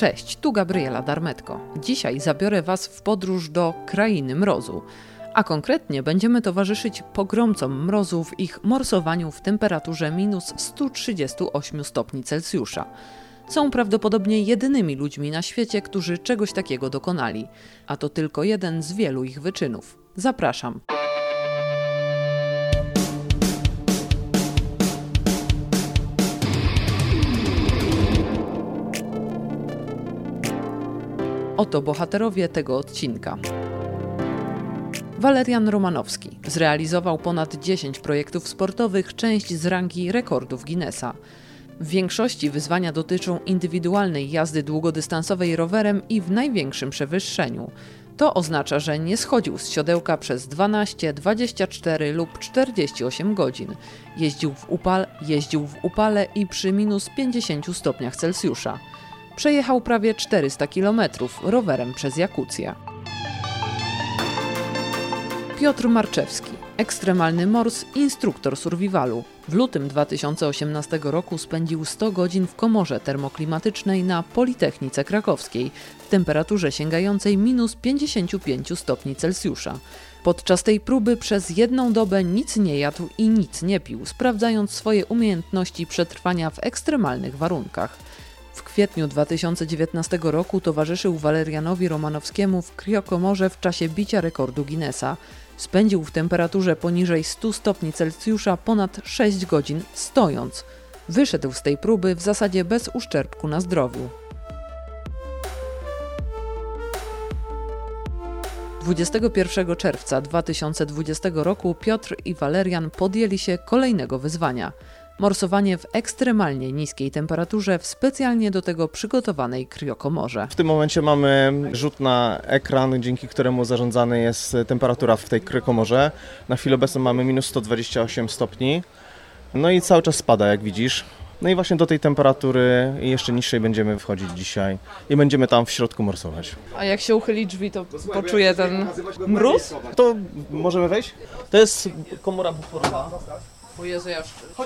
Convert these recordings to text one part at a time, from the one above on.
Cześć, tu Gabriela Darmetko. Dzisiaj zabiorę Was w podróż do krainy mrozu. A konkretnie będziemy towarzyszyć pogromcom mrozu w ich morsowaniu w temperaturze minus 138 stopni Celsjusza. Są prawdopodobnie jedynymi ludźmi na świecie, którzy czegoś takiego dokonali. A to tylko jeden z wielu ich wyczynów. Zapraszam. Oto bohaterowie tego odcinka. Walerian Romanowski zrealizował ponad 10 projektów sportowych, część z rangi rekordów Guinnessa. W większości wyzwania dotyczą indywidualnej jazdy długodystansowej rowerem i w największym przewyższeniu. To oznacza, że nie schodził z siodełka przez 12, 24 lub 48 godzin. Jeździł w upale i przy minus 50 stopniach Celsjusza. Przejechał prawie 400 km rowerem przez Jakucję. Piotr Marczewski, ekstremalny mors, instruktor survivalu. W lutym 2018 roku spędził 100 godzin w komorze termoklimatycznej na Politechnice Krakowskiej w temperaturze sięgającej minus 55 stopni Celsjusza. Podczas tej próby przez jedną dobę nic nie jadł i nic nie pił, sprawdzając swoje umiejętności przetrwania w ekstremalnych warunkach. W kwietniu 2019 roku towarzyszył Walerianowi Romanowskiemu w kriokomorze w czasie bicia rekordu Guinnessa. Spędził w temperaturze poniżej 100 stopni Celsjusza ponad 6 godzin stojąc. Wyszedł z tej próby w zasadzie bez uszczerbku na zdrowiu. 21 czerwca 2020 roku Piotr i Walerian podjęli się kolejnego wyzwania. Morsowanie w ekstremalnie niskiej temperaturze w specjalnie do tego przygotowanej kriokomorze. W tym momencie mamy rzut na ekran, dzięki któremu zarządzana jest temperatura w tej kriokomorze. Na chwilę obecną mamy minus 128 stopni. No i cały czas spada, jak widzisz. No i właśnie do tej temperatury i jeszcze niższej będziemy wchodzić dzisiaj i będziemy tam w środku morsować. A jak się uchyli drzwi, to poczuje ten mróz? To możemy wejść? To jest komora buforowa. O Jezu, ja już... Chodź.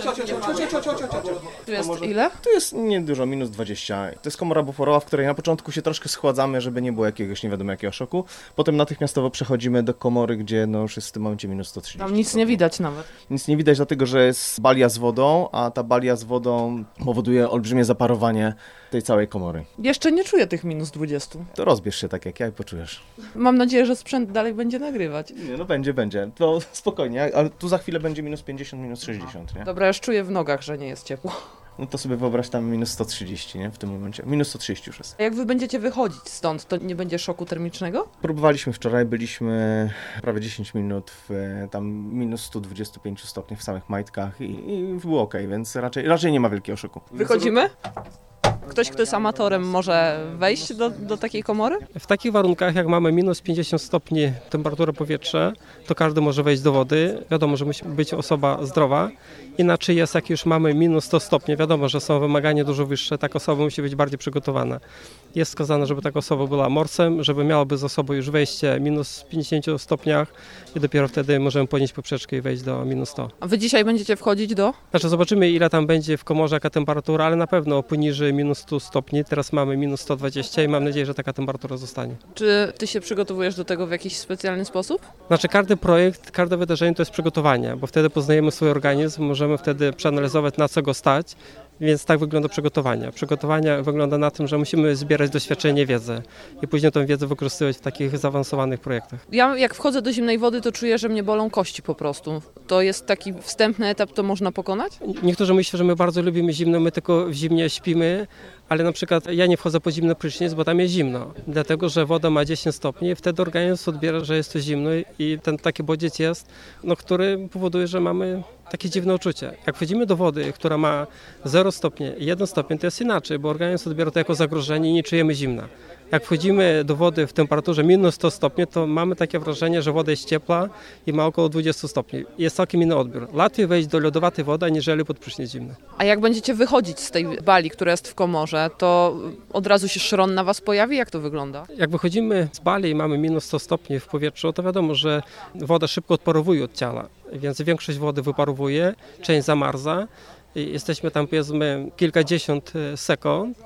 Tu jest ile? Tu jest niedużo, minus 20. To jest komora buforowa, w której na początku się troszkę schładzamy, żeby nie było jakiegoś nie wiadomo jakiego szoku. Potem natychmiastowo przechodzimy do komory, gdzie no już jest w tym momencie minus 130. Tam nic nie widać nawet. Nic nie widać, dlatego że jest balia z wodą, a ta balia z wodą powoduje olbrzymie zaparowanie tej całej komory. Jeszcze nie czuję tych minus 20. To rozbierz się tak jak ja i poczujesz. Mam nadzieję, że sprzęt dalej będzie nagrywać. Nie, no będzie. To spokojnie, ale tu za chwilę będzie minus 50, minus 60, nie? Dobra, już czuję w nogach, że nie jest ciepło. No to sobie wyobraź tam minus 130, nie? W tym momencie. Minus 130 już jest. A jak wy będziecie wychodzić stąd, to nie będzie szoku termicznego? Próbowaliśmy wczoraj, byliśmy prawie 10 minut w tam minus 125 stopni w samych majtkach i było okej, więc raczej nie ma wielkiego szoku. Wychodzimy? Ktoś, kto jest amatorem, może wejść do takiej komory? W takich warunkach, jak mamy minus 50 stopni temperaturę powietrza, to każdy może wejść do wody. Wiadomo, że musi być osoba zdrowa. Inaczej jest, jak już mamy minus 100 stopni, wiadomo, że są wymagania dużo wyższe, taka osoba musi być bardziej przygotowana. Jest wskazane, żeby taka osoba była morsem, żeby miałaby za sobą już wejście minus 50 stopniach i dopiero wtedy możemy podnieść poprzeczkę i wejść do minus 100. A wy dzisiaj będziecie wchodzić do? Znaczy zobaczymy, ile tam będzie w komorze, jaka temperatura, ale na pewno poniżej minus 100 stopni. Teraz mamy minus 120 i mam nadzieję, że taka temperatura zostanie. Czy ty się przygotowujesz do tego w jakiś specjalny sposób? Znaczy każdy projekt, każde wydarzenie to jest przygotowanie, bo wtedy poznajemy swój organizm, możemy wtedy przeanalizować, na co go stać. Więc tak wygląda przygotowanie. Przygotowanie wygląda na tym, że musimy zbierać doświadczenie, wiedzę i później tę wiedzę wykorzystywać w takich zaawansowanych projektach. Ja jak wchodzę do zimnej wody, to czuję, że mnie bolą kości po prostu. To jest taki wstępny etap, to można pokonać? Niektórzy myślą, że my bardzo lubimy zimno, my tylko w zimnie śpimy, ale na przykład ja nie wchodzę po zimny prysznic, bo tam jest zimno. Dlatego, że woda ma 10 stopni i wtedy organizm odbiera, że jest to zimno i ten taki bodziec jest, który powoduje, że mamy takie dziwne uczucie. Jak wchodzimy do wody, która ma 0 stopni i 1 stopień, to jest inaczej, bo organizm odbiera to jako zagrożenie i nie czujemy zimna. Jak wchodzimy do wody w temperaturze minus 100 stopni, to mamy takie wrażenie, że woda jest ciepła i ma około 20 stopni. Jest całkiem inny odbiór. Łatwiej wejść do lodowatej wody, aniżeli pod prysznic zimny. A jak będziecie wychodzić z tej bali, która jest w komorze, to od razu się szron na was pojawi? Jak to wygląda? Jak wychodzimy z bali i mamy minus 100 stopni w powietrzu, to wiadomo, że woda szybko odparowuje od ciała, więc większość wody wyparowuje, część zamarza. Jesteśmy tam powiedzmy kilkadziesiąt sekund.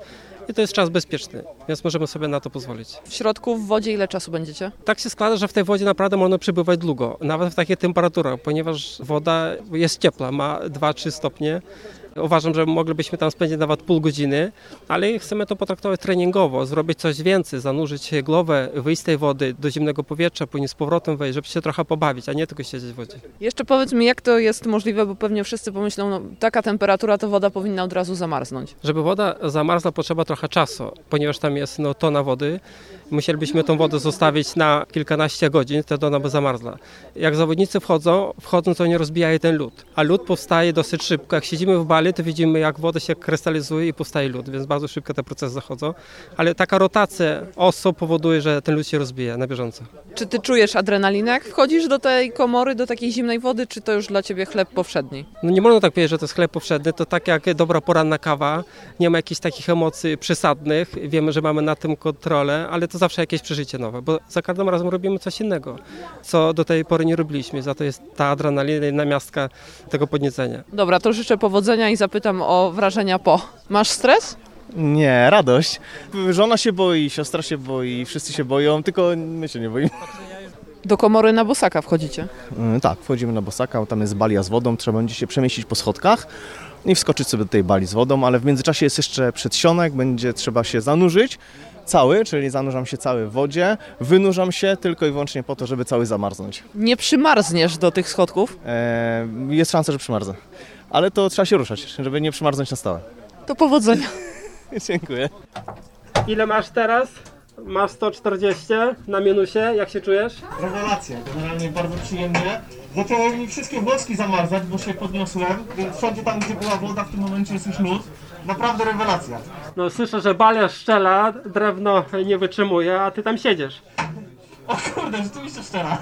i to jest czas bezpieczny, więc możemy sobie na to pozwolić. W środku, w wodzie ile czasu będziecie? Tak się składa, że w tej wodzie naprawdę można przebywać długo, nawet w takich temperaturach, ponieważ woda jest ciepła, ma 2-3 stopnie. Uważam, że moglibyśmy tam spędzić nawet pół godziny, ale chcemy to potraktować treningowo, zrobić coś więcej, zanurzyć głowę, wyjść z tej wody do zimnego powietrza, później z powrotem wejść, żeby się trochę pobawić, a nie tylko siedzieć w wodzie. Jeszcze powiedz mi, jak to jest możliwe, bo pewnie wszyscy pomyślą, no taka temperatura, to woda powinna od razu zamarznąć. Żeby woda zamarzła, potrzeba trochę czasu, ponieważ tam jest tona wody. Musielibyśmy tą wodę zostawić na kilkanaście godzin, wtedy ona by zamarzła. Jak zawodnicy wchodzą, to nie rozbijają ten lód, a lód powstaje dosyć szybko. Jak siedzimy w bali, to widzimy, jak woda się krystalizuje i powstaje lód, więc bardzo szybko te procesy zachodzą. Ale taka rotacja osób powoduje, że ten lód się rozbija na bieżąco. Czy ty czujesz adrenalinę, jak wchodzisz do tej komory, do takiej zimnej wody, czy to już dla ciebie chleb powszedni? No nie można tak powiedzieć, że to jest chleb powszedni, to tak jak dobra poranna kawa, nie ma jakichś takich emocji przesadnych, wiemy, że mamy na tym kontrolę, ale to zawsze jakieś przeżycie nowe, bo za każdym razem robimy coś innego, co do tej pory nie robiliśmy, za to jest ta adrenalina i namiastka tego podniecenia. Dobra, to życzę powodzenia i zapytam o wrażenia po. Masz stres? Nie, radość. Żona się boi, siostra się boi, wszyscy się boją, tylko my się nie boimy. Do komory na bosaka wchodzicie? Tak, wchodzimy na bosaka, tam jest balia z wodą, trzeba będzie się przemieścić po schodkach i wskoczyć sobie do tej bali z wodą, ale w międzyczasie jest jeszcze przedsionek, będzie trzeba się zanurzyć cały, czyli zanurzam się cały w wodzie, wynurzam się tylko i wyłącznie po to, żeby cały zamarznąć. Nie przymarzniesz do tych schodków? Jest szansa, że przymarzę, ale to trzeba się ruszać, żeby nie przymarznąć na stałe. To powodzenia. Dziękuję. Ile masz teraz? Masz 140 na minusie, jak się czujesz? Rewelacja, generalnie bardzo przyjemnie. Zaczęły mi wszystkie włoski zamarzać, bo się podniosłem, więc wszędzie tam, gdzie była woda, w tym momencie jest już lód. Naprawdę rewelacja. No słyszę, że balia szczela, drewno nie wytrzymuje, a ty tam siedzisz. O kurde, rzeczywiście szczera.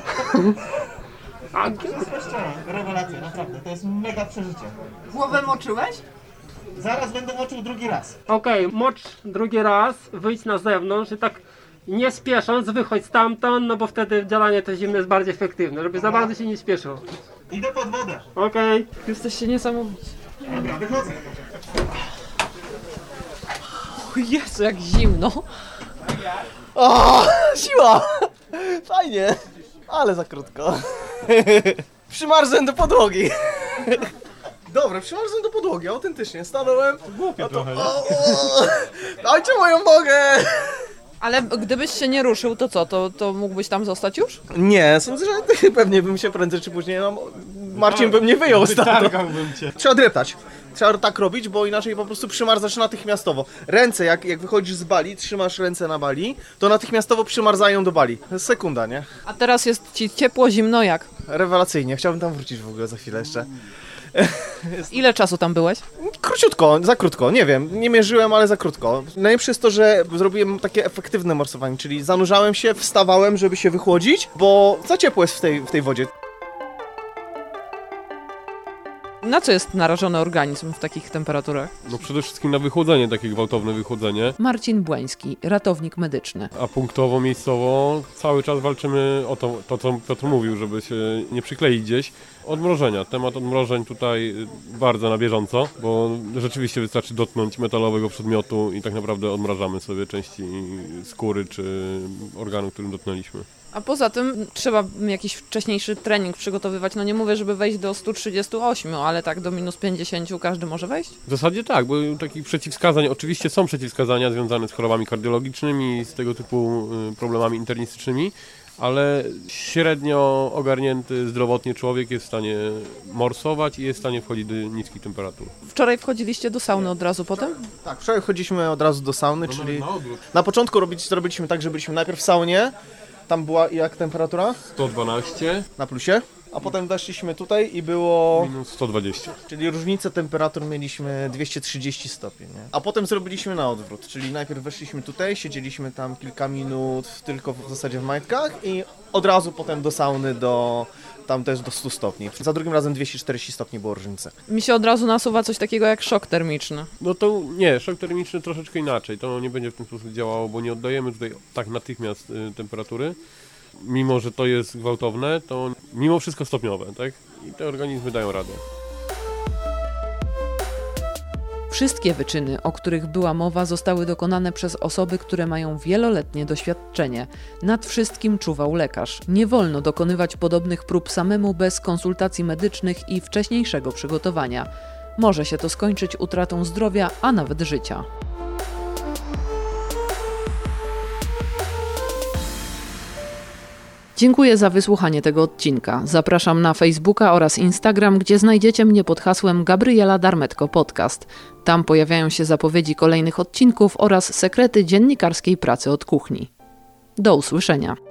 A, Wszystko szczera, rewelacja, naprawdę, to jest mega przeżycie. Głowę moczyłeś? Zaraz będę moczył drugi raz. Okej, mocz drugi raz, wyjdź na zewnątrz i tak nie spiesząc wychodź stamtąd, no bo wtedy działanie to zimne jest bardziej efektywne, żeby za bardzo się nie spieszył. Idę pod wodę. Okej. Jesteście niesamowici. Dobra, wychodzę. O Jezu, jak zimno. O, siła! Fajnie, ale za krótko. Przymarzłem do podłogi. Dobra, przymarzłem do podłogi, autentycznie. Stanąłem. Głupie trochę, nie? Dajcie moją nogę! Ale gdybyś się nie ruszył, to co? To mógłbyś tam zostać już? Nie, sądzę, że pewnie bym się prędzej czy później, Marcin by mnie wyjął stamtąd. Trzeba dreptać. Trzeba tak robić, bo inaczej po prostu przymarzasz natychmiastowo. Ręce, jak wychodzisz z bali, trzymasz ręce na bali, to natychmiastowo przymarzają do bali. To jest sekunda, nie? A teraz jest ci ciepło, zimno, jak? Rewelacyjnie. Chciałbym tam wrócić w ogóle za chwilę jeszcze. Ile czasu tam byłeś? Króciutko, za krótko, nie wiem, nie mierzyłem, ale za krótko. Najlepsze jest to, że zrobiłem takie efektywne morsowanie, czyli zanurzałem się, wstawałem, żeby się wychłodzić, bo za ciepło jest w tej wodzie. Na co jest narażony organizm w takich temperaturach? No przede wszystkim na wychłodzenie, takie gwałtowne wychłodzenie, Marcin Błański, ratownik medyczny. a punktowo, miejscowo cały czas walczymy o to co Piotr mówił, żeby się nie przykleić gdzieś. Odmrożenia. Temat odmrożeń tutaj bardzo na bieżąco, bo rzeczywiście wystarczy dotknąć metalowego przedmiotu i tak naprawdę odmrażamy sobie części skóry czy organu, którym dotknęliśmy. A poza tym trzeba jakiś wcześniejszy trening przygotowywać. No nie mówię, żeby wejść do 138, ale tak do minus 50 każdy może wejść? W zasadzie tak, bo takich przeciwwskazań, oczywiście są przeciwwskazania związane z chorobami kardiologicznymi, z tego typu problemami internistycznymi, ale średnio ogarnięty zdrowotnie człowiek jest w stanie morsować i jest w stanie wchodzić do niskich temperatur. Wczoraj wchodziliście do sauny od razu potem? Tak, wczoraj chodziliśmy od razu do sauny, czyli na początku zrobiliśmy tak, że byliśmy najpierw w saunie, tam była jak temperatura? 112 Na plusie, a potem weszliśmy tutaj i było... minus 120. Czyli różnicę temperatur mieliśmy 230 stopni, nie? A potem zrobiliśmy na odwrót, czyli najpierw weszliśmy tutaj, siedzieliśmy tam kilka minut tylko w zasadzie w majtkach i od razu potem do sauny tam też do 100 stopni. Za drugim razem 240 stopni było różnicy. Mi się od razu nasuwa coś takiego jak szok termiczny. No to nie, szok termiczny troszeczkę inaczej, to nie będzie w ten sposób działało, bo nie oddajemy tutaj tak natychmiast temperatury. Mimo że to jest gwałtowne, to mimo wszystko stopniowe, tak? I te organizmy dają radę. W Wszystkie wyczyny, o których była mowa, zostały dokonane przez osoby, które mają wieloletnie doświadczenie. Nad wszystkim czuwał lekarz. Nie wolno dokonywać podobnych prób samemu bez konsultacji medycznych i wcześniejszego przygotowania. Może się to skończyć utratą zdrowia, a nawet życia. Dziękuję za wysłuchanie tego odcinka. Zapraszam na Facebooka oraz Instagram, gdzie znajdziecie mnie pod hasłem Gabriela Darmetko Podcast. Tam pojawiają się zapowiedzi kolejnych odcinków oraz sekrety dziennikarskiej pracy od kuchni. Do usłyszenia.